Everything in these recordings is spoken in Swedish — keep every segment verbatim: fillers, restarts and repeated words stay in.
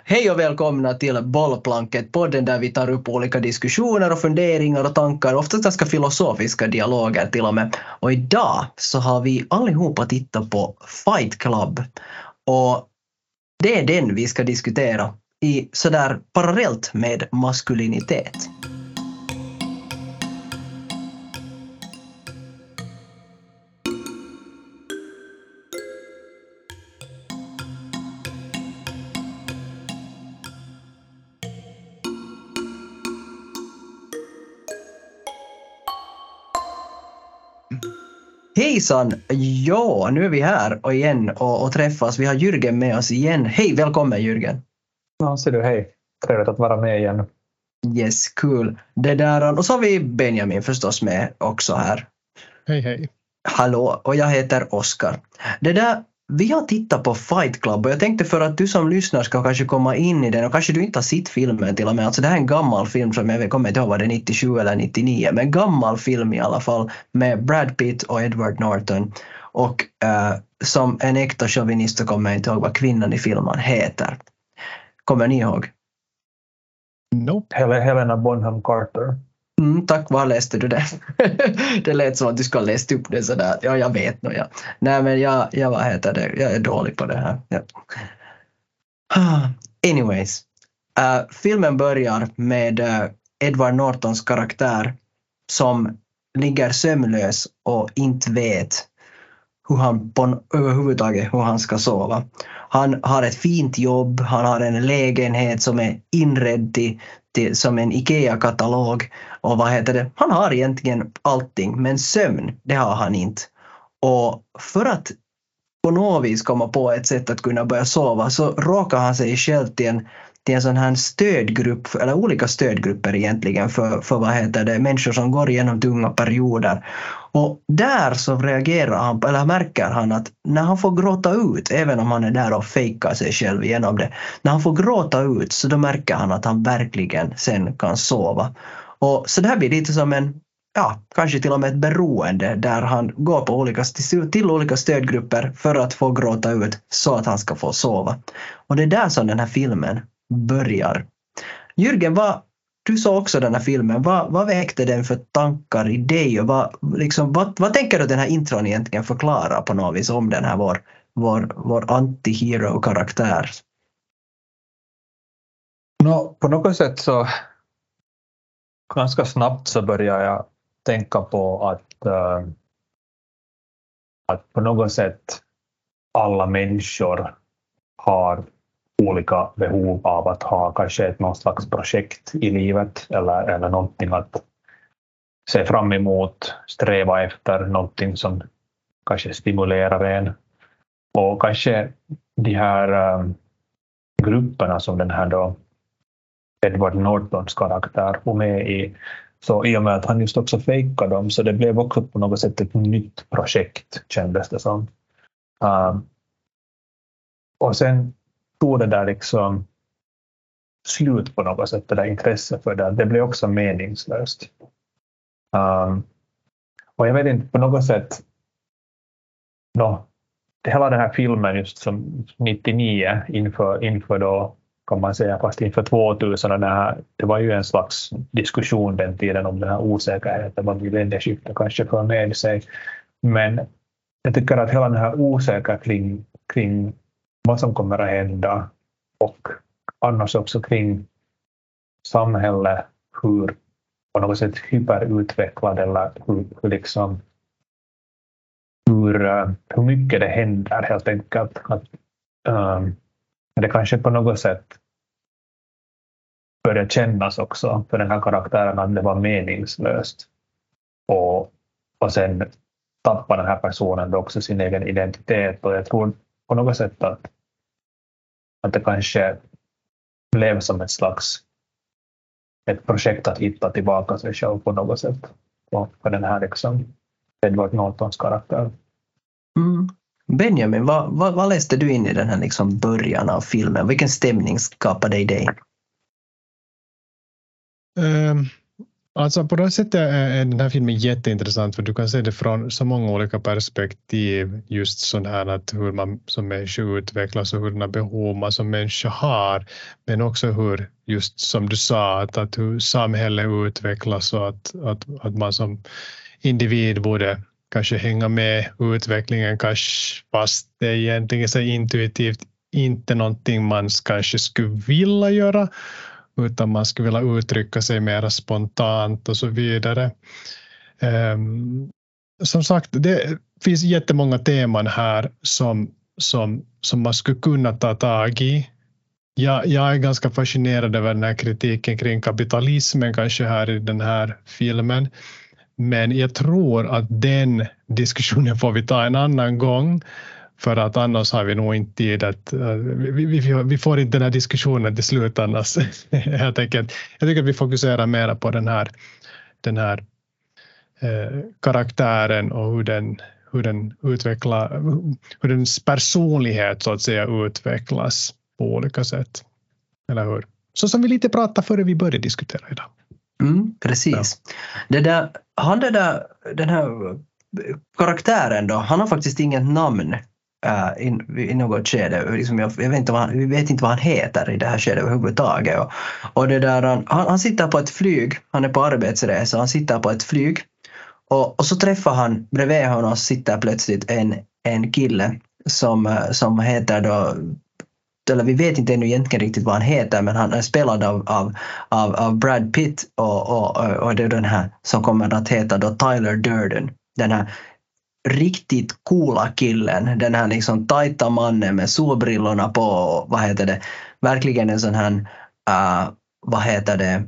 Hej och välkomna till Bollplanket, podden där vi tar upp olika diskussioner och funderingar och tankar, ofta ganska filosofiska dialoger till och med. Och idag så har vi allihopa tittat på Fight Club och det är den vi ska diskutera i sådär parallellt med maskulinitet. Hejsan! Ja, nu är vi här och igen och, och träffas. Vi har Jürgen med oss igen. Hej, välkommen Jürgen! Ja, ser du, hej. Trevligt att vara med igen. Yes, cool. Det där, och så har vi Benjamin förstås med också här. Hej, hej. Hallå, och jag heter Oskar. Det där, vi har tittat på Fight Club och jag tänkte för att du som lyssnar ska kanske komma in i den och kanske du inte har sett filmen till och med. Alltså det här är en gammal film som jag kommer inte ihåg var det nittiosju eller nittionio, men gammal film i alla fall med Brad Pitt och Edward Norton. Och uh, som en äkta chauvinist så kommer jag inte ihåg vad kvinnan i filmen heter. Kommer ni ihåg? Nope. Helena Bonham Carter. Mm, tack, vad läste du det? Det lät som att du ska ha läst upp det sådär. Ja, jag vet nog. Ja. Nej, men jag, jag, vad heter det? Jag är dålig på det här. Ja. Anyways. Uh, filmen börjar med uh, Edward Nortons karaktär som ligger sömnlös och inte vet hur han på, överhuvudtaget hur han ska sova. Han har ett fint jobb, han har en lägenhet som är inredd till, till, som en IKEA-katalog och vad heter det? Han har egentligen allting, men sömn, det har han inte. Och för att på något vis komma på ett sätt att kunna börja sova så råkar han sig själv till en, till en sån här stödgrupp, eller olika stödgrupper egentligen för, för vad heter det, människor som går igenom tunga perioder. Och där så reagerar han, eller märker han att när han får gråta ut, även om han är där och fejkar sig själv igenom det, när han får gråta ut så då märker han att han verkligen sen kan sova. Och så det här blir lite som en, ja, kanske till och med ett beroende där han går på olika, till, till olika stödgrupper för att få gråta ut så att han ska få sova. Och det är där som den här filmen börjar. Jürgen, vad, du såg också den här filmen. Vad, vad väckte den för tankar i dig? Och vad, liksom, vad, vad tänker du den här intron egentligen förklara på något vis om den här vår, vår, vår anti-hero-karaktär? No, på något sätt så ganska snabbt så börjar jag tänka på att, uh, att på något sätt alla människor har olika behov av att ha kanske ett någon slags projekt i livet eller, eller någonting att se fram emot, sträva efter, någonting som kanske stimulerar en. Och kanske de här um, grupperna som den här då Edward Nortons karaktär var med i, så i och med att han just också fejkade dem så det blev också på något sätt ett nytt projekt kändes det som. Um, och sen tog det där liksom slut på något sätt, det där intresset för det. Det blev också meningslöst. Um, och jag vet inte, på något sätt no, det hela den här filmen just som nittionio inför, inför då kan man säga, fast inför tvåtusen och det, här, det var ju en slags diskussion den tiden om den här osäkerheten, vad millennieskiftet kanske för med sig. Men jag tycker att hela den här osäkerheten kring, kring vad som kommer att hända och annars också kring samhället, hur på något sätt hyperutvecklad eller hur, hur, liksom, hur, hur mycket det händer helt enkelt. Att, um, det kanske på något sätt börjar kännas också för den här karaktären att det var meningslöst. Och, och sen tappar den här personen också sin egen identitet. Och jag tror på något sätt att, att det kanske blev som ett slags ett projekt att hitta tillbaka sig själv på något sätt. Och för den här liksom Edward Nortons karaktär. Mm. Benjamin, vad, vad, vad läste du in i den här liksom början av filmen? Vilken stämning skapade i dig? Um, Alltså på det sättet är den här filmen jätteintressant för du kan se det från så många olika perspektiv, just sån här att hur man som människa utvecklas och hurdana behov man som människa har, men också hur, just som du sa, att, att hur samhället utvecklas och att, att, att man som individ borde kanske hänga med utvecklingen, kanske fast det är egentligen så intuitivt inte någonting man kanske skulle vilja göra, utan man skulle vilja uttrycka sig mer spontant och så vidare. Um, som sagt, det finns jättemånga teman här som, som, som man skulle kunna ta tag i. Jag, jag är ganska fascinerad över den här kritiken kring kapitalismen kanske här i den här filmen. Men jag tror att den diskussionen får vi ta en annan gång. För att annars har vi nog inte tid att vi, vi, vi får inte den här diskussionen till slut annars. jag, tänker, jag tycker att vi fokuserar mer på den här, den här eh, karaktären och hur den, hur den utvecklar, hur dens personlighet så att säga utvecklas på olika sätt. Eller hur? Så som vi lite pratade före vi började diskutera idag. Mm, precis. Ja. Det där, han det där, den här karaktären då, han har faktiskt inget namn. Uh, in, i något skede. Liksom jag, jag vet inte vad han, vi vet inte vad han heter i det här skedet överhuvudtaget. Och, och det där, han, han sitter på ett flyg, han är på arbetsresa, han sitter på ett flyg och, och så träffar han, bredvid honom sitter plötsligt en, en kille som, som heter då, eller vi vet inte ännu egentligen riktigt vad han heter, men han är spelad av, av, av, av Brad Pitt och, och, och det är den här som kommer att heta då Tyler Durden, den här riktigt coola killen, den här liksom tajta mannen med solbrillorna på, vad heter det, verkligen en sån här, uh, vad heter det,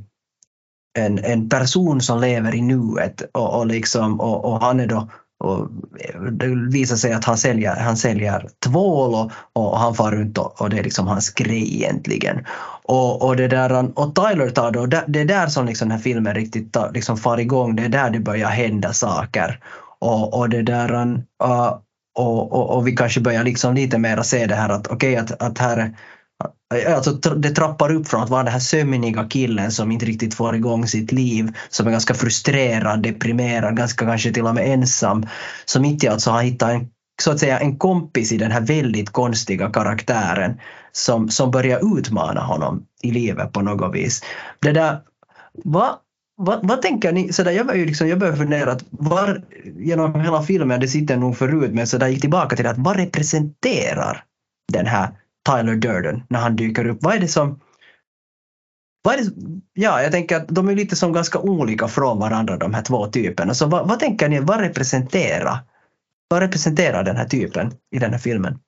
en, en person som lever i nuet och, och liksom, och, och han är då, och det visar sig att han säljer, han säljer tvål och, och han far runt och, och det är liksom hans grej egentligen. Och, och det där, och Tyler tar då, det är där som liksom den här filmen riktigt tar, liksom far igång, det är där det börjar hända saker. Och, och det där uh, och, och, och vi kanske börjar liksom lite mer se det här att okej okay, att, att här alltså det trappar upp från att vara den här sömniga killen som inte riktigt får igång sitt liv, som är ganska frustrerad, deprimerad, ganska kanske till och med ensam, som inte alltså har hittat en, så att säga en kompis i den här väldigt konstiga karaktären som, som börjar utmana honom i livet på något vis. Det där, vad Vad, vad tänker ni? Så där, jag var ju liksom, jag började fundera att var, genom hela filmen, det sitter nog förut, men så där gick tillbaka till att vad representerar den här Tyler Durden när han dyker upp? Vad är det som, vad är det, ja, jag tänker att de är lite som ganska olika från varandra, de här två typerna. Så vad, vad tänker ni, vad representerar, vad representerar den här typen i den här filmen?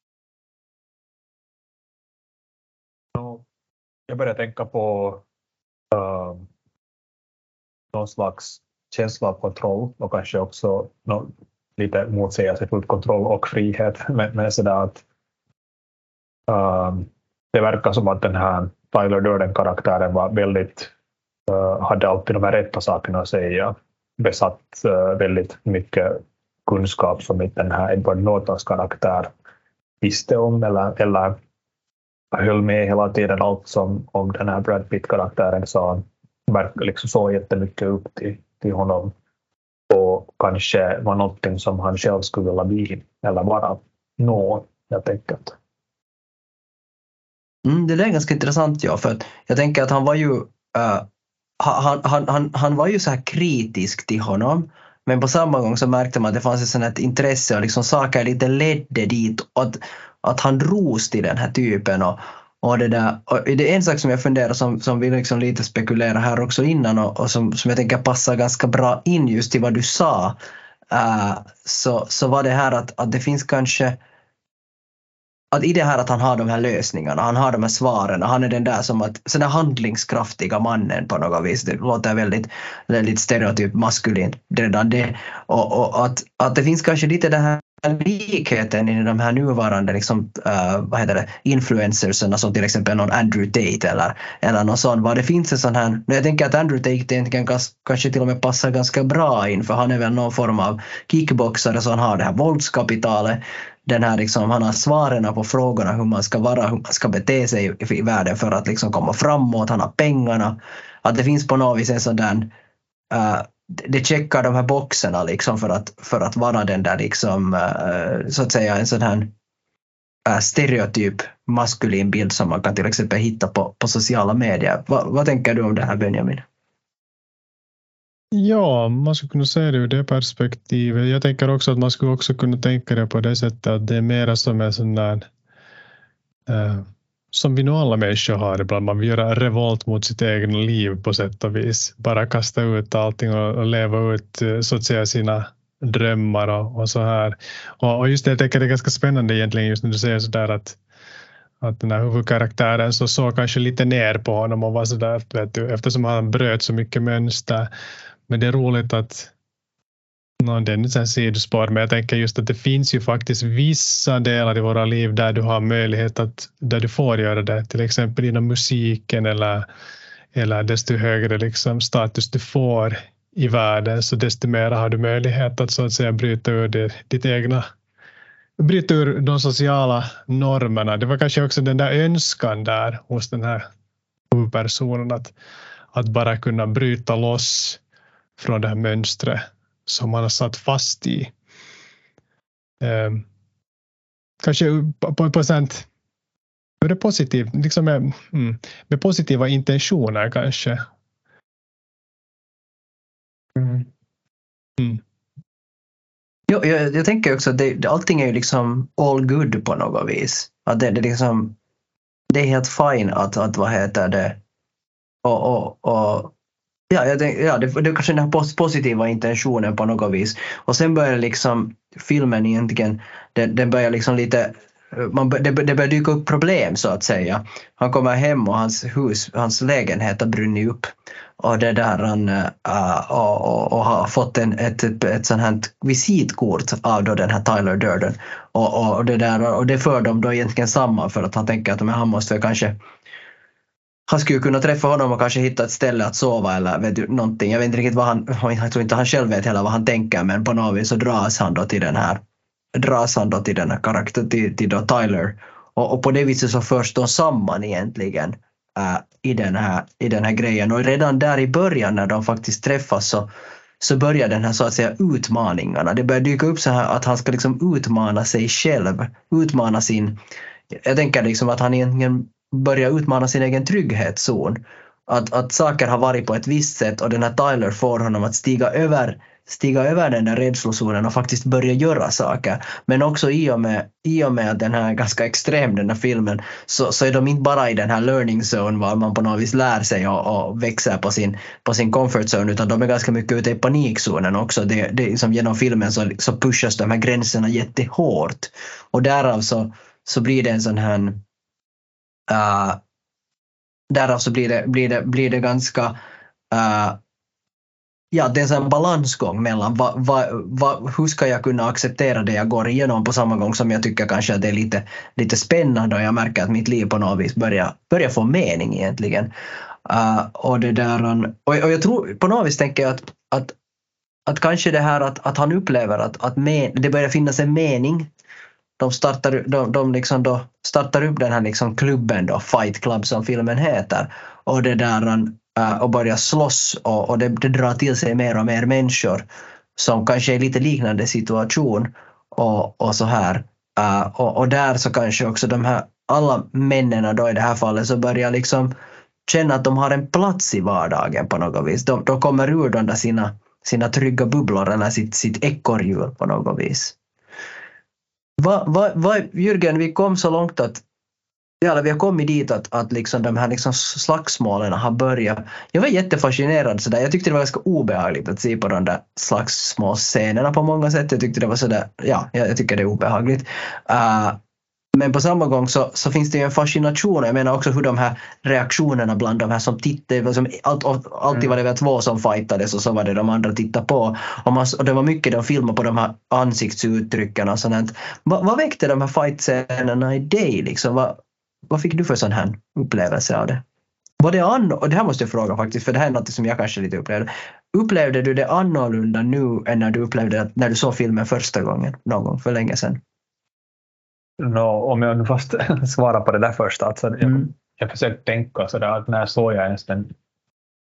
Jag börjar tänka på uh... någon slags känsla av kontroll och kanske också no, lite motsägelsefullt kontroll och frihet. Men, men sådär att um, det verkar som att den här Tyler Durden-karaktären var väldigt, uh, hade alltid de här rätta sakerna att säga. Besatt uh, väldigt mycket kunskap som inte den här Edward Nortons karaktär visste om eller, eller höll med hela tiden allt som om den här Brad Pitt-karaktären sa. Verkar liksom så jättemycket upp till, till honom och kanske var någonting som han själv skulle vilja bli eller vara nå, jag tänker att. Mm, det är ganska intressant, ja, för att jag tänker att han var ju uh, han, han, han, han var ju så här kritisk till honom, men på samma gång så märkte man att det fanns ett sånt här intresse och liksom saker lite ledde dit och att, att han drogs till den här typen och Och det, där, och det är en sak som jag funderar som, som vi liksom lite spekulerar här också innan och, och som, som jag tänker passar ganska bra in just till vad du sa. Uh, så, så var det här att, att det finns kanske att i det här att han har de här lösningarna, han har de här svaren, han är den där som att sån där handlingskraftiga mannen på något vis. Det låter väldigt, väldigt stereotyp maskulint redan det. Och, och att, att det finns kanske lite det här likheten i de här nuvarande liksom, uh, vad heter det, influencersarna som till exempel någon Andrew Tate eller, eller någon sån. Vad det finns en sån här, jag tänker att Andrew Tate egentligen kanske till och med passar ganska bra in, för han är väl någon form av kickboxare, så han har det här våldskapitalet, den här liksom, han har svaren på frågorna hur man ska vara, hur man ska bete sig i världen för att liksom komma framåt, han har pengarna, att det finns på något vis en sån där uh, det checkar de här boxarna liksom för att, för att vara den där liksom, uh, så att säga en sån här uh, stereotyp maskulin bild som man kan till exempel hitta på, på sociala medier. Va, vad tänker du om det här, Benjamin? Ja, man skulle kunna se det ur det perspektivet. Jag tänker också att man skulle också kunna tänka det på det sättet att det är mer som en sån där uh, som vi nog alla människor har ibland. Man vill göra revolt mot sitt egna liv på sätt och vis. Bara kasta ut allting och, och leva ut så att säga sina drömmar och, och så här. Och, och just det, jag tänker det är ganska spännande egentligen just när du säger sådär att, att den här huvudkaraktären så såg kanske lite ner på honom och var sådär, vet du, eftersom han bröt så mycket mönster. Men det är roligt att no, det är inte en sidospår, men jag tänker just att det finns ju faktiskt vissa delar i våra liv där du har möjlighet att, där du får göra det, till exempel inom musiken eller, eller desto högre liksom status du får i världen, så desto mer har du möjlighet att så att säga bryta ur det, ditt egna, bryta ur de sociala normerna. Det var kanske också den där önskan där hos den här huvudpersonen att, att bara kunna bryta loss från det här mönstret som man har satt fast i. Eh, kanske på, på, på sånt det positivt, liksom med, mm, med positiva intentioner kanske. Mm. Mm. Jo, jag, jag tänker också att det, allting är ju liksom all good på något vis. Att det, det, liksom, det är helt fine att, att vad heter det och, och, och ja, jag tänk, ja det, det är kanske den här positiva intentionen på något vis. Och sen börjar liksom filmen egentligen, den, den börjar liksom lite, man, det, det börjar dyka upp problem så att säga. Han kommer hem och hans hus, hans lägenhet har brunnit upp. Och det där han uh, och, och, och har fått en, ett, ett, ett sånt här visitkort av då den här Tyler Durden. Och, och, det där, och det för dem då egentligen samman för att han tänker att men han måste kanske han skulle kunna träffa honom och kanske hitta ett ställe att sova eller vet du, någonting. Jag vet inte riktigt vad han, jag tror inte han själv vet heller vad han tänker, men på något vis så dras han då till den här, dras han då till den här karaktären, till, till då Tyler. Och, och på det viset så förs de samman egentligen äh, i, den här, i den här grejen. Och redan där i början när de faktiskt träffas så, så börjar den här så att säga utmaningarna. Det börjar dyka upp så här att han ska liksom utmana sig själv, utmana sin, jag tänker liksom att han egentligen börja utmana sin egen trygghetszon. Att, att saker har varit på ett visst sätt och den här Tyler får honom att stiga över, stiga över den där rädslozonen och faktiskt börja göra saker. Men också i och med, i och med att den här är ganska extrem, den här filmen, så, så är de inte bara i den här learning zone var man på något vis lär sig och, och växer på sin, på sin comfort zone, utan de är ganska mycket ute i panikzonen också. Det, det, som genom filmen så, så pushas de här gränserna jättehårt. Och därav så, så blir det en sån här Uh, därav så blir det, blir det, blir det ganska uh, ja, det är en sån balansgång mellan va, va, va, hur ska jag kunna acceptera det jag går igenom på samma gång som jag tycker kanske att det är lite, lite spännande och jag märker att mitt liv på något vis börjar, börjar få mening egentligen. Uh, och, det där, och, och jag tror på något vis tänker jag att, att, att kanske det här att, att han upplever att, att men, det börjar finnas en mening. De startar, de, de liksom då startar upp den här liksom klubben då, Fight Club som filmen heter. Och det där uh, och börjar slåss och, och det, det drar till sig mer och mer människor som kanske är lite liknande situation och, och så här. Uh, och, och där så kanske också de här alla männen då i det här fallet så börjar liksom känna att de har en plats i vardagen på något vis. De, de kommer ur de där sina, sina trygga bubblor eller sitt, sitt ekorrhjul på något vis. Va, va, va, Jürgen, vi kom så långt att ja, vi har kommit dit att, att liksom de här liksom slagsmålen har börjat. Jag var jättefascinerad sådär. Jag tyckte det var ganska obehagligt att se på de där slagsmålscenerna på många sätt. Jag tyckte det var sådär, ja, jag tycker det är obehagligt. Uh, men på samma gång så, så finns det ju en fascination. Jag menar också hur de här reaktionerna bland de här som tittade, som allt, alltid var det väl två som fightades och så var det de andra tittade på. Och, man, och det var mycket de filmade på de här ansiktsuttrycken och sånt. Va, vad väckte de här fightscenerna i dig liksom? Va, vad fick du för sån här upplevelse av det? Var det annorlunda, och det här måste jag fråga faktiskt, för det här är något som jag kanske lite upplevde. Upplevde du det annorlunda nu än när du upplevde det när du såg filmen första gången, någon gång för länge sedan? No, om jag nu fast svarar på det där först, alltså, mm. jag, jag försökte tänka sådär att när såg jag ens den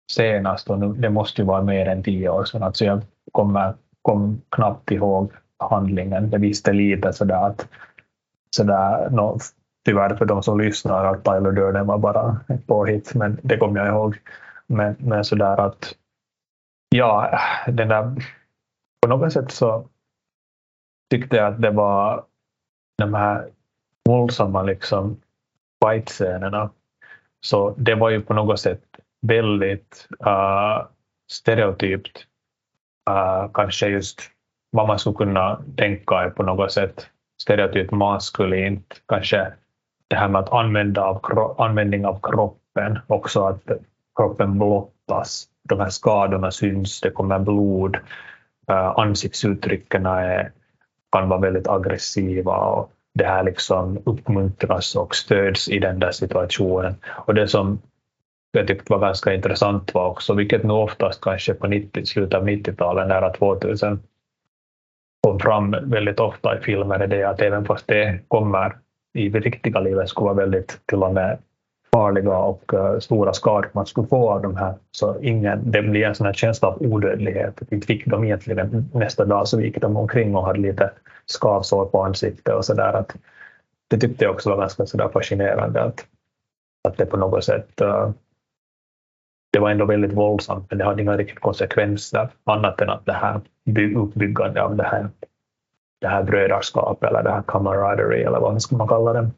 senast, och nu, det måste ju vara mer än tio år sedan. Alltså jag kommer, kom knappt ihåg handlingen. Det visste lite sådär att sådär, no, tyvärr för de som lyssnar att Tyler Durden var bara ett påhitt, men det kommer jag ihåg. Men, men sådär att ja, den där, på något sätt så tyckte jag att det var de här våldsamma liksom fight-scenerna. Så det var ju på något sätt väldigt uh, stereotypt. Uh, kanske just vad man skulle kunna tänka är på något sätt stereotypt maskulint. Kanske det här med att använda av kro- användning av kroppen. Också att kroppen blottas. De här skadorna syns, det kommer blod. Uh, ansiktsuttryckarna är, kan vara väldigt aggressiva. Och det här liksom uppmuntras och stöds i den där situationen. Och det som jag tyckte var ganska intressant var också, vilket nu oftast kanske på nittio, slutet av nittiotalet, nära tvåtusen, kom fram väldigt ofta i filmer, är det att även fast det kommer i det riktiga livet skulle vara väldigt till och med farliga och uh, stora skador man skulle få av de här, så ingen, det blir en sån här känsla av odödlighet. Vi fick dem egentligen nästa dag, så gick de omkring och hade lite skavsår på ansiktet och sådär. Att det tyckte jag också var ganska sådär fascinerande att, att det på något sätt uh, det var ändå väldigt våldsamt, men det hade inga riktigt konsekvenser annat än att det här uppbyggande av det här, det här brödraskap eller det här camaraderie eller vad ska man kalla det.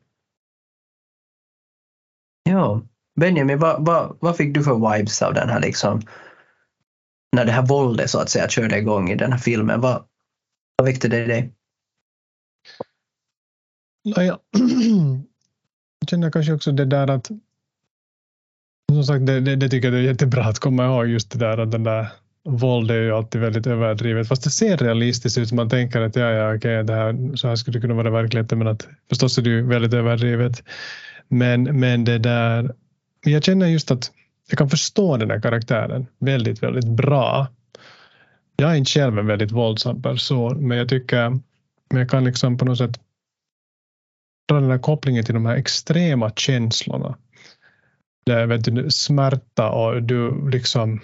Ja, Benjamin, vad, vad, vad fick du för vibes av den här liksom, när det här våldet så att säga körde igång i den här filmen? Vad, vad väckte det i dig? Ja, jag känner kanske också det där att, som sagt, det, det, det tycker jag är jättebra att komma ihåg, just det där att den där våld är ju alltid väldigt överdrivet, fast det ser realistiskt ut, man tänker att ja, ja, okej, det här, så här skulle det kunna vara verkligheten, men att förstås är det ju väldigt överdrivet. Men, men det där, jag känner just att jag kan förstå den här karaktären väldigt, väldigt bra. Jag är inte själv en väldigt våldsam person, men jag tycker, men jag kan liksom på något sätt dra den här kopplingen till de här extrema känslorna. Där vet du, smärta och du liksom,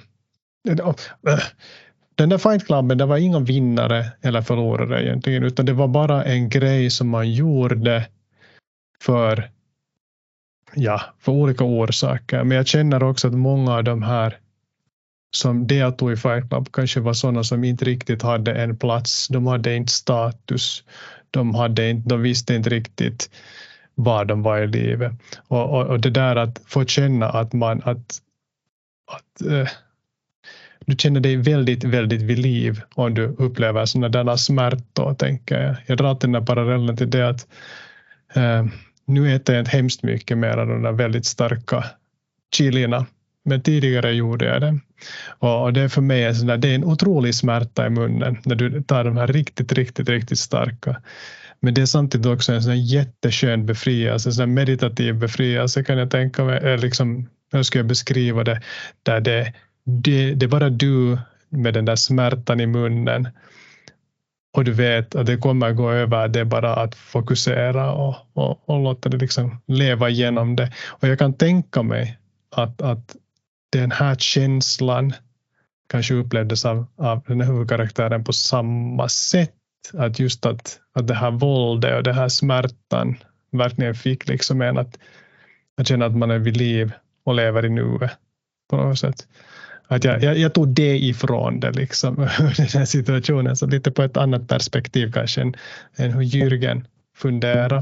den där Fight Cluben, det var inga vinnare eller förlorare egentligen, utan det var bara en grej som man gjorde för ja, för olika orsaker. Men jag känner också att många av de här som deltog i Fight Club kanske var sådana som inte riktigt hade en plats. De hade inte status. De, hade inte, de visste inte riktigt var de var i livet. Och, och, och det där att få känna att man att, att uh, du känner dig väldigt, väldigt vid liv om du upplever sådana där smärtor, tänker jag. Jag drar den där parallellen till det att uh, nu äter jag inte hemskt mycket mer av de där väldigt starka chilierna. Men tidigare gjorde jag det. Och det är för mig en sån där, det är en otrolig smärta i munnen när du tar de här riktigt, riktigt, riktigt starka. Men det är samtidigt också en sån här jätteskön befrielse, en sån här meditativ befrielse kan jag tänka mig. Liksom, hur ska jag beskriva det? Där det, det, det är bara du med den där smärtan i munnen. Och du vet att det kommer att gå över, det är bara att fokusera och, och, och låta det liksom leva igenom det. Och jag kan tänka mig att, att den här känslan kanske upplevdes av, av den här huvudkaraktären på samma sätt. Att just att, att det här våldet och det här smärtan verkligen fick liksom en att, att känna att man är vid liv och lever i nuet på något sätt. Att jag, jag, jag tog det ifrån det liksom, den här situationen, så lite på ett annat perspektiv kanske än, än hur Jürgen funderar.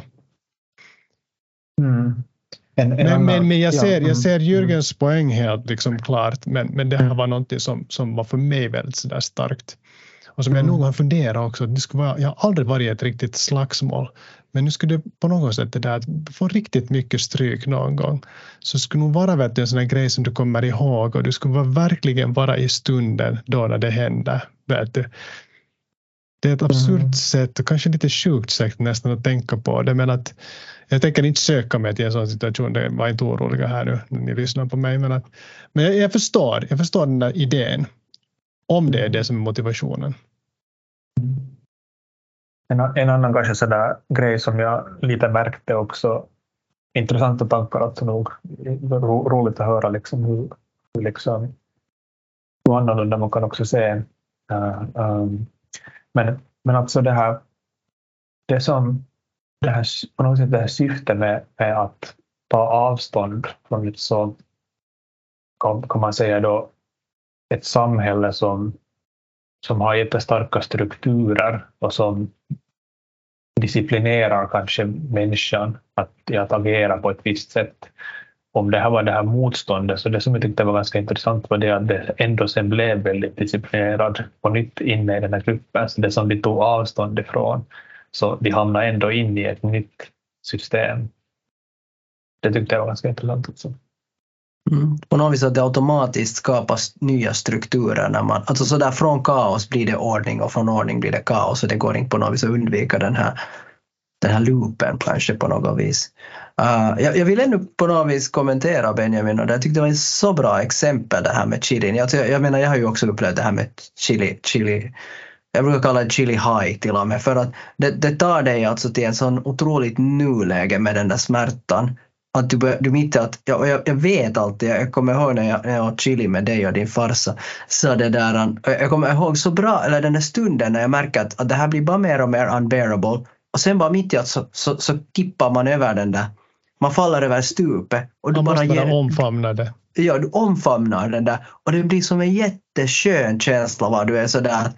Mm. En, en men, annan, men, men jag ser, ja, jag ser mm, Jürgens poäng helt liksom klart, men, men det här var något som, som var för mig väldigt så där starkt. Och som mm. jag nog har funderat också, det skulle vara, jag har aldrig varit ett riktigt slagsmål, men nu skulle det på något sätt det där att få riktigt mycket stryk någon gång, så skulle nog vara vet du, en sån här grej som du kommer ihåg, och du skulle vara verkligen vara i stunden då när det händer, vet du. Det är ett absurt mm. sätt och kanske lite sjukt sätt nästan att tänka på det, men att jag tänker inte söka mig till en sån situation, det var inte oroliga här nu när ni lyssnar på mig, men, att, men jag, jag förstår, jag förstår den där idén, om det är det som är motivationen. En, en annan kanske sådär grej som jag lite märkte också, intressanta tankar alltså nog, ro, roligt att höra liksom hur, hur liksom annorlunda man kan också se. Uh, um, men, men också det här, det som det här, på något sätt det här syftet med, med att ta avstånd från ett så, kan, kan man säga då, ett samhälle som, som har jättestarka strukturer och som disciplinerar kanske människan att, att agera på ett visst sätt. Om det här var det här motståndet, så det som jag tyckte var ganska intressant var det att det ändå sen blev väldigt disciplinerad på nytt inne i den här gruppen. Så det som vi tog avstånd ifrån, så vi hamnade ändå in i ett nytt system. Det tyckte jag var ganska intressant också. Mm. På något vis att det automatiskt skapas nya strukturer när man, alltså så där från kaos blir det ordning och från ordning blir det kaos, och det går inte på något vis att undvika den här den här loopen kanske på något vis. Uh, jag, jag vill ännu på något vis kommentera Benjamin, och jag tyckte det var ett så bra exempel det här med chilin. Jag, jag menar, jag har ju också upplevt det här med chili, chili jag brukar kalla det chili high till och med, för att det, det tar dig alltså till en sån otroligt nuläge med den där smärtan. Att du, du mitt att, jag, jag, jag vet alltid, jag kommer ihåg när jag, när jag åt chili med dig och din farsa, så det där, jag kommer ihåg så bra, eller den där stunden när jag märker att, att det här blir bara mer och mer unbearable, och sen bara mitt i att så, så, så tippar man över den där, man faller över stupet och du man bara måste bara ger, omfamna det. Ja, du omfamnar den där, och det blir som en jätteskön känsla var du är sådär,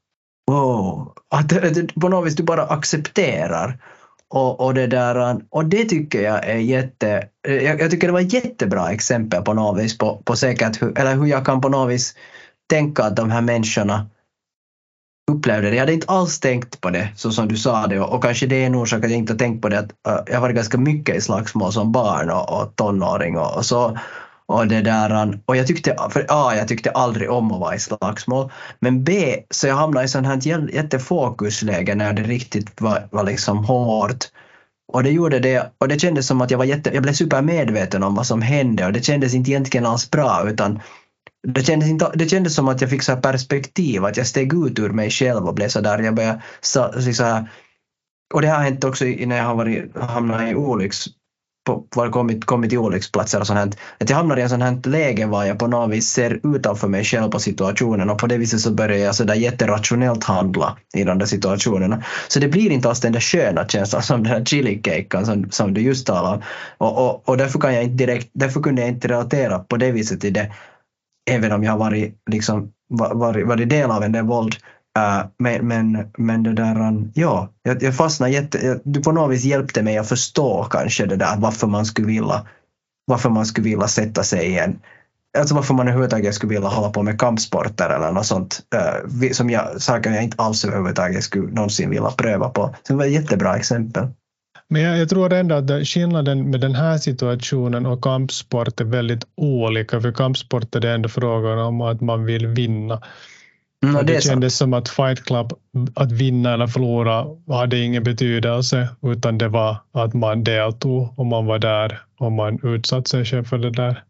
wow, att det, på något vis du bara accepterar. Och, och, det där, och det tycker jag är jätte, jag, jag tycker det var ett jättebra exempel på något vis på, på säkert hur, eller hur jag kan på något vis tänka att de här människorna upplevde det. Jag hade inte alls tänkt på det så som du sa det, och, och kanske det är en orsak att jag inte har tänkt på det, att uh, jag var ganska mycket i slagsmål som barn och, och tonåring och, och så. Och det där, och jag tyckte, för A, jag tyckte aldrig om att vara i slagsmål, men B, så jag hamnade i sån här jättefokusläge när det riktigt var, var liksom hårt, och det gjorde det, och det kändes som att jag var jätte, jag blev supermedveten om vad som hände, och det kändes inte egentligen alls bra, utan det kändes, inte, det kändes som att jag fick så här perspektiv, att jag steg ut ur mig själv och blev så där, jag började så, så här, och det har hänt också när jag har varit, hamnat i olycks var kommit, kommit i olycksplatser och sånt här, att jag hamnar i en sån här läge var jag på något vis ser utanför mig själv på situationen, och på det viset så börjar jag sådär jätterationellt handla i de där situationerna. Så det blir inte alls den där sköna känslan som den här chili-caken som, som du just talade om, och, och, och därför kan jag inte direkt, därför kunde jag inte relatera på det viset till det, även om jag har varit, liksom, varit, varit del av en del våld. Uh, men, men, men det där, ja, jag, jag fastnade jätte, jag, du på något vis hjälpte mig att förstå kanske det där, varför man skulle vilja, varför man skulle vilja sätta sig igen, alltså varför man överhuvudtaget skulle vilja hålla på med kampsporter eller något sånt, uh, som jag, saker jag inte alls överhuvudtaget skulle någonsin vilja pröva på. Så det var ett jättebra exempel. Men jag, jag tror ändå att skillnaden med den här situationen och kampsport är väldigt olika, för kampsport är det ändå frågan om att man vill vinna. Mm, det, det kändes som att Fight Club, att vinna eller förlora, hade ingen betydelse, utan det var att man deltog och man var där och man utsatte sig själv för det där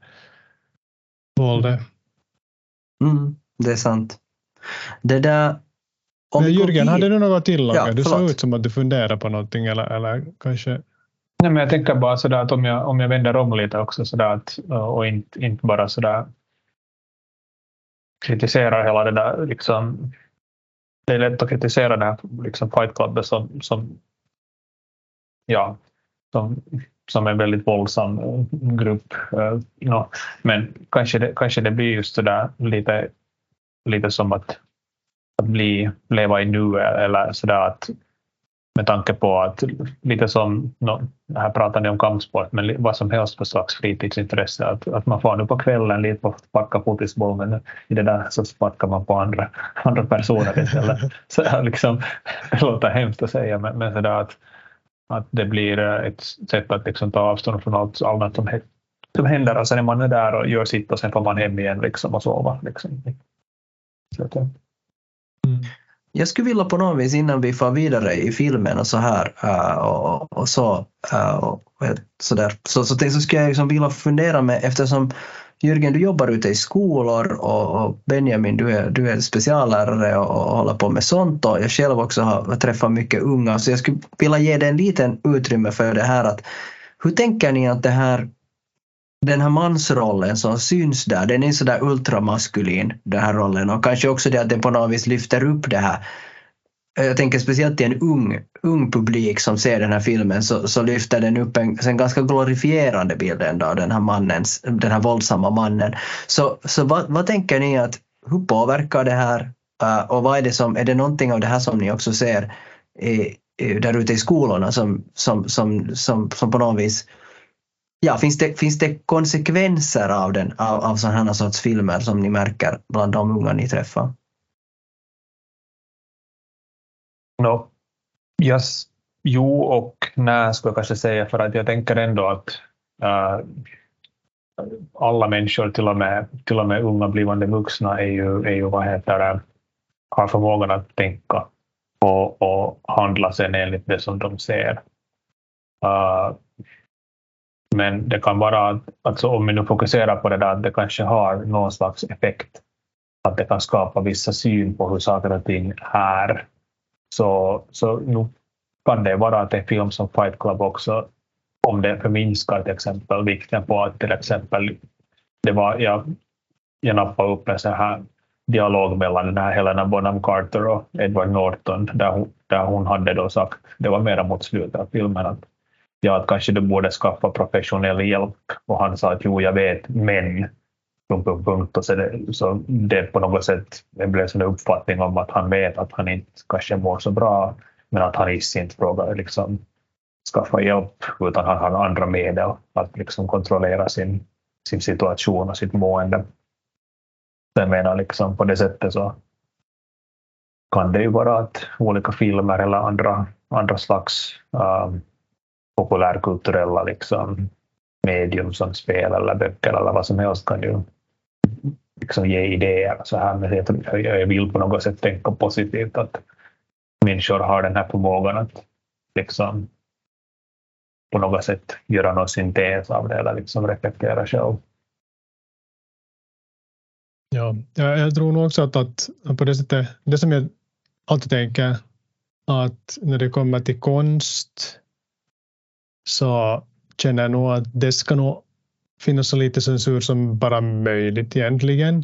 våldet. Mm, det är sant. Det där, om men Jürgen, vi... hade du något tillägga? Ja, du såg ut som att du funderar på någonting, eller, eller kanske... Nej, men jag tänker bara sådär att om jag, om jag vänder om lite också sådär att, och inte, inte bara sådär kritiserar hela det där liksom, det är lätt att kritisera den här liksom Fight Club som, som ja som, som en väldigt våldsam grupp, uh, you know. Men kanske det, kanske det blir just så där lite, lite som att, att bli, leva i nu, eller sådär att med tanke på att lite som, no, här pratar ni om kampsport, men vad som helst för slags fritidsintresse, att, att man får nu på kvällen lite på sparka fotisboll, men i det där så sparkar man på andra, andra personer istället. Så det, liksom, det låter hemskt att säga, men, men sådär att, att det blir ett sätt att liksom ta avstånd från allt annat som, som händer, och sen är man där och gör sitt och sen får man hem igen liksom, och sova. Liksom. Så att, mm. Jag skulle vilja på något vis innan vi får vidare i filmen och så här uh, och, och så uh, och så där så så, så skulle jag liksom vilja fundera med, eftersom Jürgen, du jobbar ute i skolor och, och Benjamin, du är du är speciallärare och, och håller på med sånt, och jag själv också har träffat mycket unga, så jag skulle vilja ge dig en liten utrymme för det här, att hur tänker ni att det här den här mansrollen som syns där, den är så där ultramaskulin, den här rollen, och kanske också det att den på något vis lyfter upp det här. Jag tänker speciellt till en ung, ung publik som ser den här filmen, så, så lyfter den upp en, en ganska glorifierande bild ändå av den här mannens, den här våldsamma mannen. Så, så vad, vad tänker ni att, hur påverkar det här, uh, och vad är det som, är det någonting av det här som ni också ser i, i, där ute i skolorna som, som, som, som, som på något vis, ja, finns det, finns det konsekvenser av, den, av, av sådana här sorts filmer som ni märker bland de unga ni träffar? No, yes, jo och nej skulle jag kanske säga, för att jag tänker ändå att uh, alla människor, till och med, till och med unga blivande vuxna, är ju, är ju vad heter det, har förmågan att tänka och, och handla sen enligt det som de ser. Uh, men det kan vara, alltså om vi nu fokuserar på det där, att det kanske har någon slags effekt, att det kan skapa vissa syn på hur saker och ting är. Så, så nu kan det vara att en film som Fight Club också, om det förminskar till exempel vikten på att till exempel det var, jag, jag nappade upp en sån här dialog mellan den här Helena Bonham Carter och Edward Norton, där hon, där hon hade då sagt, det var mera mot slutet av filmen, att ja, att kanske du borde skaffa professionell hjälp, och han sa att jo, jag vet, men punkt, punkt, punkt. Och så, det, så det på något sätt det blev en uppfattning om att han vet att han inte kanske mår så bra, men att han inte frågar liksom skaffa hjälp, utan han har andra medel att liksom kontrollera sin, sin situation och sitt mående. Jag menar liksom på det sättet så kan det ju vara att olika filmer eller andra, andra slags um, populärkulturella liksom medium som spel eller böcker eller vad som helst kan ju liksom ge idéer så här, men jag, jag vill på något sätt tänka positivt att människor har den här förmågan att liksom på något sätt göra någon syntes av det eller liksom reflektera själv. Ja, jag tror nog också att, att på det sättet, det som jag alltid tänker, att när det kommer till konst så känner jag nog att det ska nog finnas så lite censur som bara möjligt egentligen.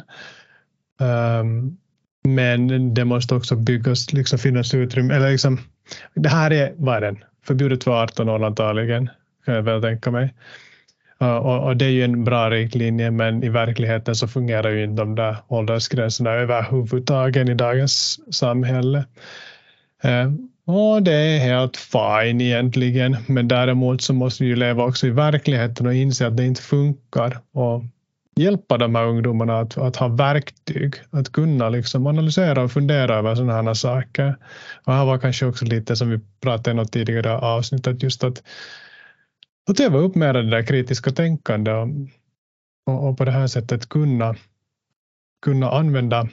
Um, men det måste också byggas, liksom finnas utrymme. Eller liksom, det här är, vad är den? Förbjudet för arton år antagligen, kan jag väl tänka mig. Uh, och, och det är ju en bra riktlinje, men i verkligheten så fungerar ju inte de där åldersgränserna överhuvudtaget i dagens samhälle. Uh, och det är helt fine egentligen, men däremot så måste vi ju leva också i verkligheten och inse att det inte funkar, och hjälpa de här ungdomarna att, att ha verktyg, att kunna liksom analysera och fundera över sådana här saker. Och här var kanske också lite som vi pratade i något tidigare avsnitt, att just att att öva upp med det där kritiska tänkande och, och, och på det här sättet kunna, kunna använda,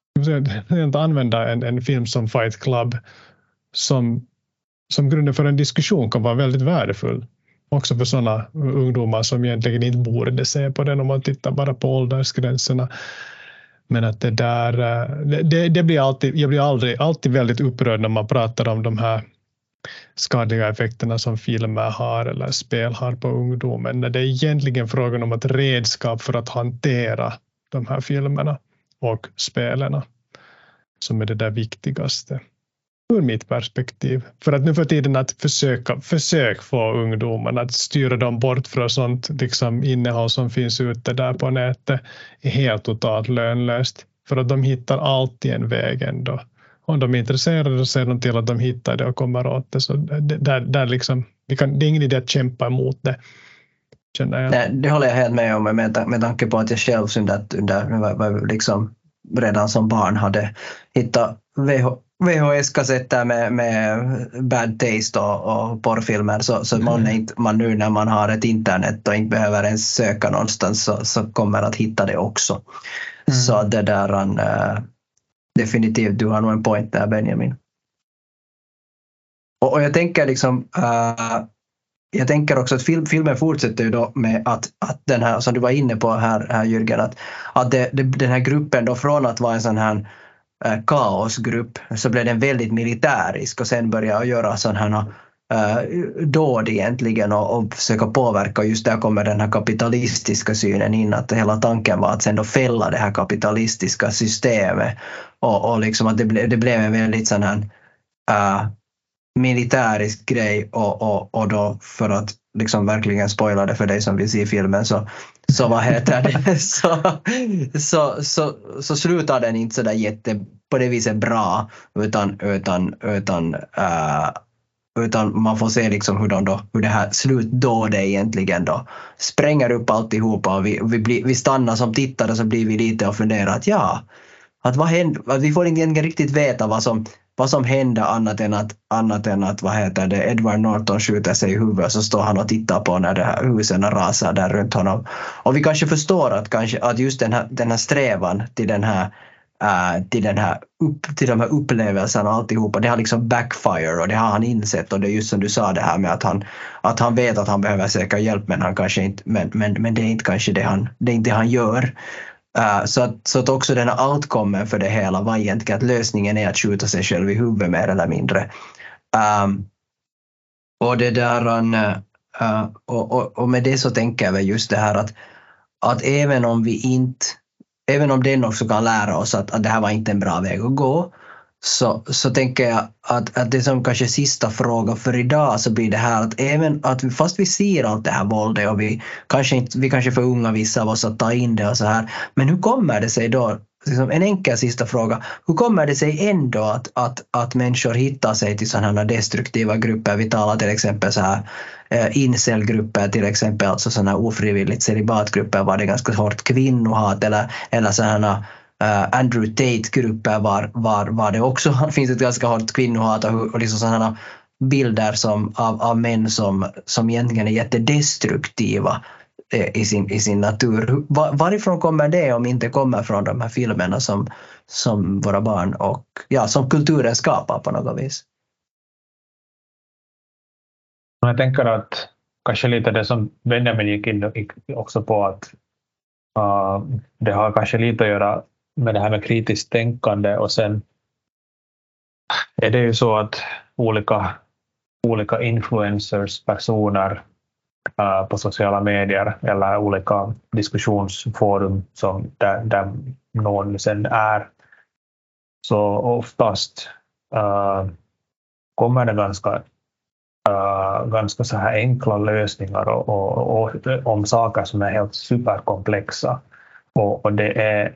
använda en, en film som Fight Club som, som grunden för en diskussion kan vara väldigt värdefull. Också för sådana ungdomar som egentligen inte borde se på den om man tittar bara på åldersgränserna. Men att det där, det, det blir alltid, jag blir aldrig, alltid väldigt upprörd när man pratar om de här skadliga effekterna som filmer har eller spel har på ungdomen. När det är egentligen frågan om ett redskap för att hantera de här filmerna och spelarna som är det där viktigaste ur mitt perspektiv. För att nu för tiden att försöka försök få ungdomarna att styra dem bort från sånt liksom innehåll som finns ute där på nätet är helt totalt lönlöst. För att de hittar alltid en väg ändå. Om de är intresserade så ser de till att de hittar det och kommer åt det. Så det, där, där liksom, vi kan, det är ingen idé att kämpa emot det, känner jag. Nej, det håller jag helt med om, med, med tanke på att jag själv under, under, liksom, redan som barn hade hittat V H S-kassetter med, med bad taste och, och porrfilmer, så, så man, är inte, man nu när man har ett internet och inte behöver ens söka någonstans så, så kommer att hitta det också. Mm. Så det där han, äh, definitivt, du har nog en point där, Benjamin. Och, och jag tänker liksom äh, jag tänker också att film, filmen fortsätter ju då med att, att den här, som du var inne på här, här Jürgen, att, att det, det, den här gruppen då från att vara en sån här äh, kaosgrupp så blev den väldigt militärisk och sen började göra sådana här uh, dåd egentligen och, och försöka påverka. Just där kommer den här kapitalistiska synen in, att hela tanken var att sen då fälla det här kapitalistiska systemet och, och liksom att det, ble, det blev en väldigt sån här uh, militärisk grej och, och, och då för att liksom verkligen spoila det för dig som vill se filmen så, så vad heter det så, så, så, så slutar den inte så där jätte på det viset bra utan, utan, utan, uh, utan man får se liksom hur, de då, hur det här slutdådet egentligen då spränger upp alltihopa och vi, vi, blir, vi stannar som tittare så blir vi lite och funderar att ja, att vad händer, att vi får inte riktigt veta vad som vad som händer annat än att, annat än att vad heter det, Edward Norton skjuter sig i huvudet så står han och tittar på när det här husen rasar där runt honom. Och vi kanske förstår att, kanske, att just den här, den här strävan till den här, uh, till, den här upp, till de här upplevelserna och alltihopa, det har liksom backfire och det har han insett och det är just som du sa det här med att han, att han vet att han behöver söka hjälp men, han kanske inte, men, men, men det är inte kanske det han, det är inte det han gör. Uh, så, att, så att också den här outcomen för det hela var egentligen att lösningen är att skjuta sig själv i huvudet mer eller mindre. Um, och det där uh, och, och, och med det så tänker jag väl just det här att, att även om vi inte även om den också kan lära oss att, att det här var inte en bra väg att gå så, så tänker jag att, att det som kanske sista fråga för idag så blir det här att även att vi, fast vi ser allt det här våldet och vi kanske inte, vi kanske är för unga vissa av oss att ta in det och så här, men hur kommer det sig då, liksom en enkel sista fråga, hur kommer det sig ändå att, att, att människor hittar sig till sådana här destruktiva grupper? Vi talar till exempel så här eh, incelgrupper till exempel, alltså sådana här ofrivilligt celibatgrupper var det ganska hårt kvinnohat eller, eller sådana Uh, Andrew Tate-grupper var, var, var det också. Det finns ett ganska hårt kvinnohat och, och liksom sådana bilder som, av, av män som, som egentligen är jättedestruktiva eh, i, sin, i sin natur. Var, varifrån kommer det om inte kommer från de här filmerna som, som våra barn och ja, som kulturen skapar på något vis? Jag tänker att kanske lite det som Benjamin gick in också på att uh, det har kanske lite att göra med det här med kritiskt tänkande och sen är det ju så att olika, olika influencers, personer uh, på sociala medier eller olika diskussionsforum som där, där någon sen är så oftast uh, kommer det ganska Uh, ganska så här enkla lösningar och, och, och, om saker som är helt superkomplexa och, och det är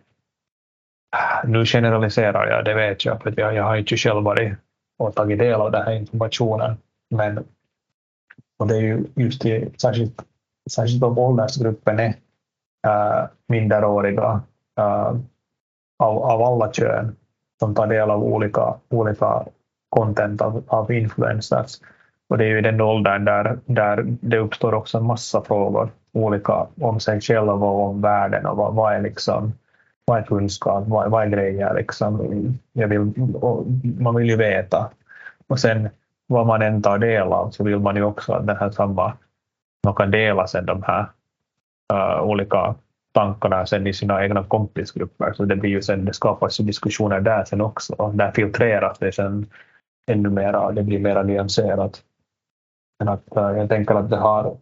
nu generaliserar jag, det vet jag för jag, jag har inte själv varit och tagit del av den här informationen men och det är ju just det, särskilt, särskilt om åldersgruppen är uh, minderåriga uh, av, av alla kön som tar del av olika, olika content av, av influencers. Och det är ju i den åldern där, där det uppstår också en massa frågor olika om sig själva och om världen och vad, vad är liksom vad är kunskap, vad, vad är grejer liksom. Jag vill, man vill ju veta och sen vad man än tar del av så vill man ju också att den här samma man kan dela sen de här uh, olika tankarna sen i sina egna kompisgrupper så det blir ju sen, det skapas ju diskussioner där sen också och där filtreras det sen ännu mer, det blir mer nyanserat. Men att, uh, jag tänker att det har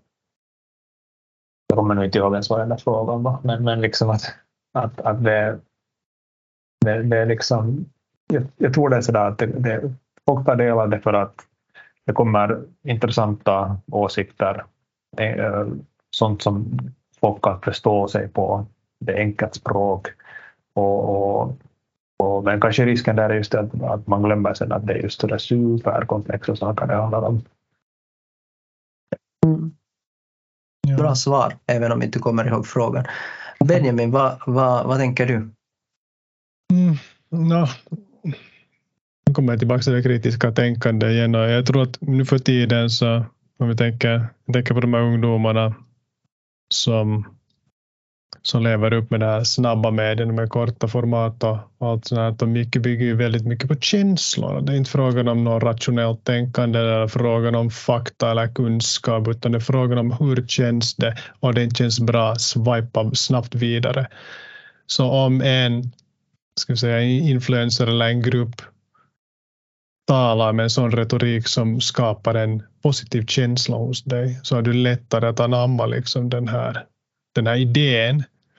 jag kommer nog inte ihåg ens vad den där frågan var men, men liksom att, att, att det, det, det är liksom jag, jag tror det är sådär att det, det, folk tar del av det för att det kommer intressanta åsikter eh, sånt som folk kan förstå sig på det enkelt språk och, och, och men kanske risken där är just att, att man glömmer sen att det är just det där superkomplexa saker det handlar om. Mm. Ja. Bra svar, även om inte kommer ihåg frågan. Benjamin, vad, vad, vad tänker du? Mm, no. Nu kommer jag tillbaka till det kritiska tänkande igen och jag tror att nu för tiden så om vi tänker, tänker på de här ungdomarna som, som lever upp med det här snabba medierna med korta format och allt sånt här, att de mycket bygger ju väldigt mycket på känslor. Det är inte frågan om något rationellt tänkande eller frågan om fakta eller kunskap utan det är frågan om hur känns det och det inte känns bra, swipa snabbt vidare. Så om en ska vi säga, influencer eller en grupp talar med en sån retorik som skapar en positiv känsla hos dig, så är du lättare att anamma liksom den här, den här idén.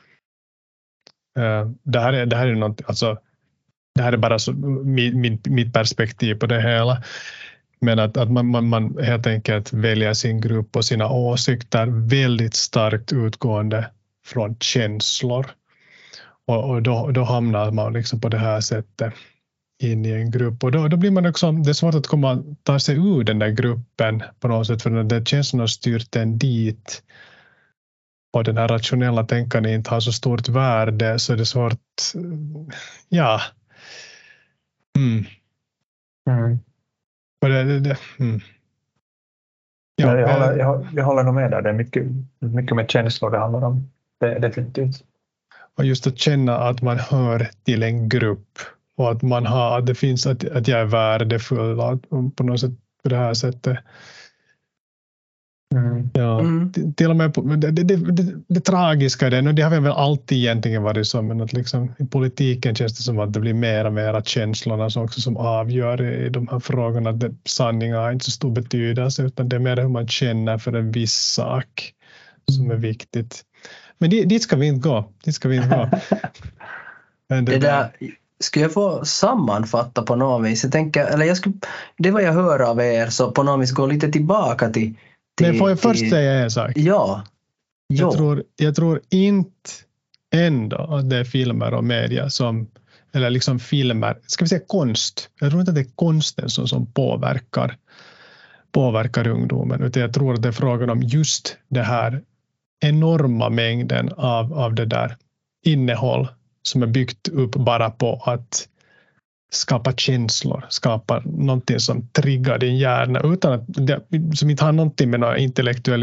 Uh, det här är, det här är något, alltså, det här är bara så, min, min, mitt perspektiv på det hela. Men att, att man, man, man helt enkelt väljer sin grupp och sina åsikter väldigt starkt utgående från känslor. Och, och då, då hamnar man liksom på det här sättet in i en grupp. Och då, då blir man också, det är svårt att komma, ta sig ur den där gruppen på något sätt, för när det känslorna styrt en dit och den här rationella tänkandet inte har så stort värde, så är det svårt, ja. Mm. Mm. Det, det, det, mm. Ja, jag, håller, jag, jag håller nog med där. Det är mycket, mycket med känslor det handlar om. Det är definitivt. Och just att känna att man hör till en grupp och att man har, att det finns, att, att jag är värdefull att, på något sätt på det här sättet. Mm. Ja, Mm. till och med på, det, det, det, det tragiska är det, och det har väl alltid egentligen varit så, men att liksom, i politiken känns det som att det blir mer och mer känslorna som också som avgör i de här frågorna. Det, sanningen har inte så stor betydelse, utan det är mer hur man känner för en viss sak som är viktigt. Men dit, dit ska vi inte gå. Dit ska vi inte gå. Men det, Det där, ska jag få sammanfatta på något vis? Jag tänker, eller jag skulle, det vad jag hör av er, så på något vis gå lite tillbaka till... till men får jag först till, säga en sak? Ja. Jag tror, jag tror inte ändå att det är filmer och media som, eller liksom filmer, ska vi säga konst. Jag tror inte att det är konsten som, som påverkar, påverkar ungdomen, utan jag tror att det är frågan om just det här enorma mängden av, av det där innehåll som är byggt upp bara på att skapa känslor, skapa någonting som triggar din hjärna utan att det, som inte har någonting med några intellektuella,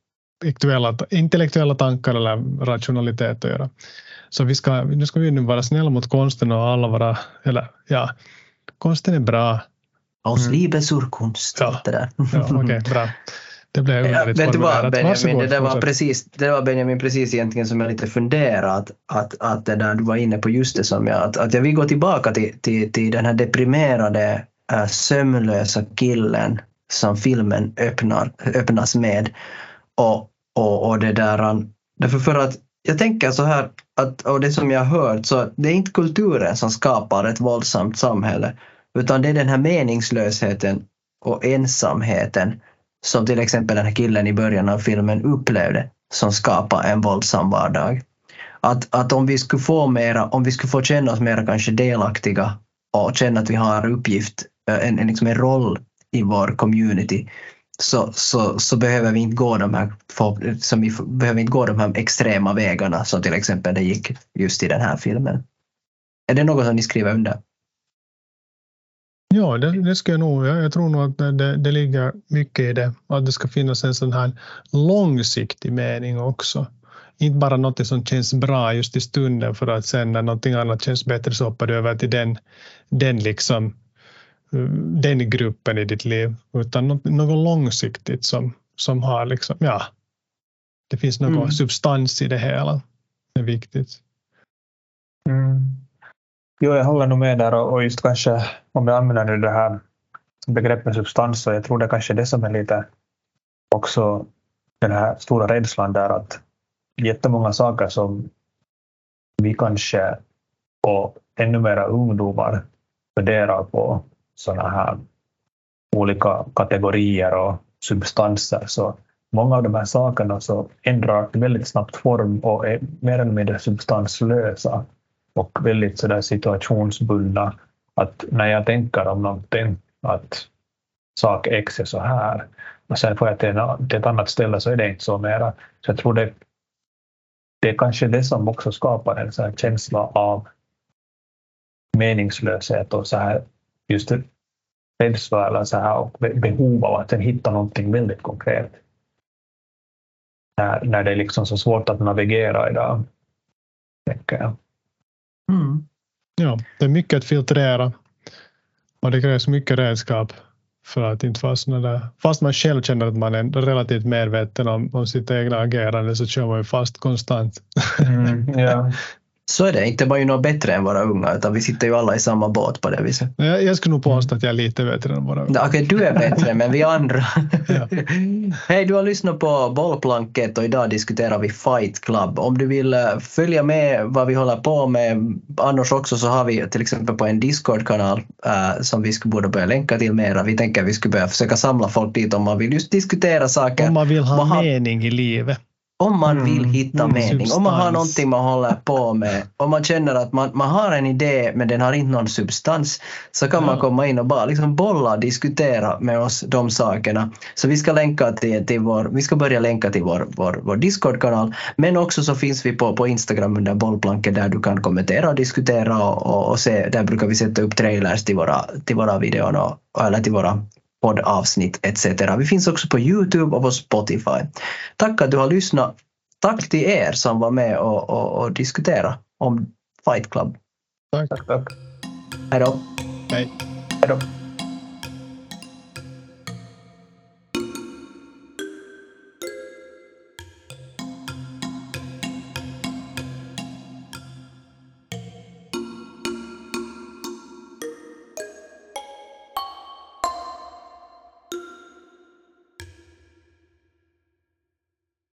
intellektuella tankar eller rationalitet att göra. Så vi ska, nu ska vi nu vara snälla mot konsten och alla vara, eller ja, konsten är bra. Aus mm. Liebe zur Kunst. Ja, det där. Ja, okej, okay, bra. Det blev ja, vet du vad, Benjamin, Varsågod, det, där var fortsätt. precis, det var Benjamin precis egentligen som jag lite funderat att, att det där du var inne på just det som jag, att, att jag vill gå tillbaka till, till, till den här deprimerade äh, sömnlösa killen som filmen öppnar, öppnas med och, och, och det där, därför för att jag tänker så här att, och det som jag har hört, så det är inte kulturen som skapar ett våldsamt samhälle, utan det är den här meningslösheten och ensamheten som till exempel den här killen i början av filmen upplevde, som skapar en våldsam vardag. Att, att om vi skulle få mera, om vi skulle få känna oss mera kanske delaktiga och känna att vi har en uppgift, en, en, liksom en roll i vår community, så, så, så behöver vi inte gå de här, som vi behöver inte gå de här extrema vägarna som till exempel det gick just i den här filmen. Är det något som ni skriver under? Ja, det, det ska jag nog. Jag, jag tror nog att det, det ligger mycket i det. Att det ska finnas en sån här långsiktig mening också. Inte bara något som känns bra just i stunden, för att sen när någonting annat känns bättre så hoppar du över till den, den, liksom, den gruppen i ditt liv. Utan något, något långsiktigt som, som har liksom, ja, det finns någon mm. substans i det hela. Det är viktigt. Mm. Jo, jag håller nog med där, och just kanske om jag använder nu det här begreppet substans, så jag tror det kanske är det som är lite också den här stora rädslan där, att jättemånga saker som vi kanske och ännu mera ungdomar funderar på, sådana här olika kategorier och substanser, så många av de här sakerna så ändrar väldigt snabbt form och är mer eller mindre substanslösa och väldigt sådär situationsbundna, att när jag tänker om någonting att sak X är så här och sen får jag till, en, till ett annat ställe så är det inte så mera. Så jag tror det, det är kanske det som också skapar en sån här känsla av meningslöshet och så här just rädsla eller så här, och behov av att sen hitta någonting väldigt konkret. När, när det är liksom så svårt att navigera idag, tänker jag. Mm. Ja, det är mycket att filtrera och det krävs mycket redskap för att inte fastna där. Fast man själv känner att man är relativt medveten om, om sitt egna agerande, så kör man ju fast konstant. Mm, ja. Så är det, inte bara ju något bättre än våra unga, utan vi sitter ju alla i samma båt på det viset. Jag, jag skulle nog påstå att jag är lite bättre än våra unga. Okej, du är bättre, men vi andra. Ja. Hej, du har lyssnat på Bollplanket och idag diskuterar vi Fight Club. Om du vill följa med vad vi håller på med, annars också så har vi till exempel på en Discord-kanal äh, som vi skulle borde börja länka till mera. Vi tänker att vi skulle börja försöka samla folk dit om man vill just diskutera saker. Om man vill ha man mening i livet. Om man vill hitta mm, mening, substans. om man har någonting man håller på med, om man känner att man, man har en idé men den har inte någon substans, så kan ja. man komma in och bara liksom bolla och diskutera med oss de sakerna. Så vi ska länka till, till vår, vi ska börja länka till vår, vår, vår Discord-kanal, men också så finns vi på, på Instagram under Bollplanket där du kan kommentera och diskutera och, och, och se, där brukar vi sätta upp trailers till våra, till våra videor och, eller till våra poddavsnitt et cetera. Vi finns också på YouTube och på Spotify. Tack att du har lyssnat. Tack till er som var med och, och, och diskutera om Fight Club. Tack. Tack. Hej då. Hej. Hej då.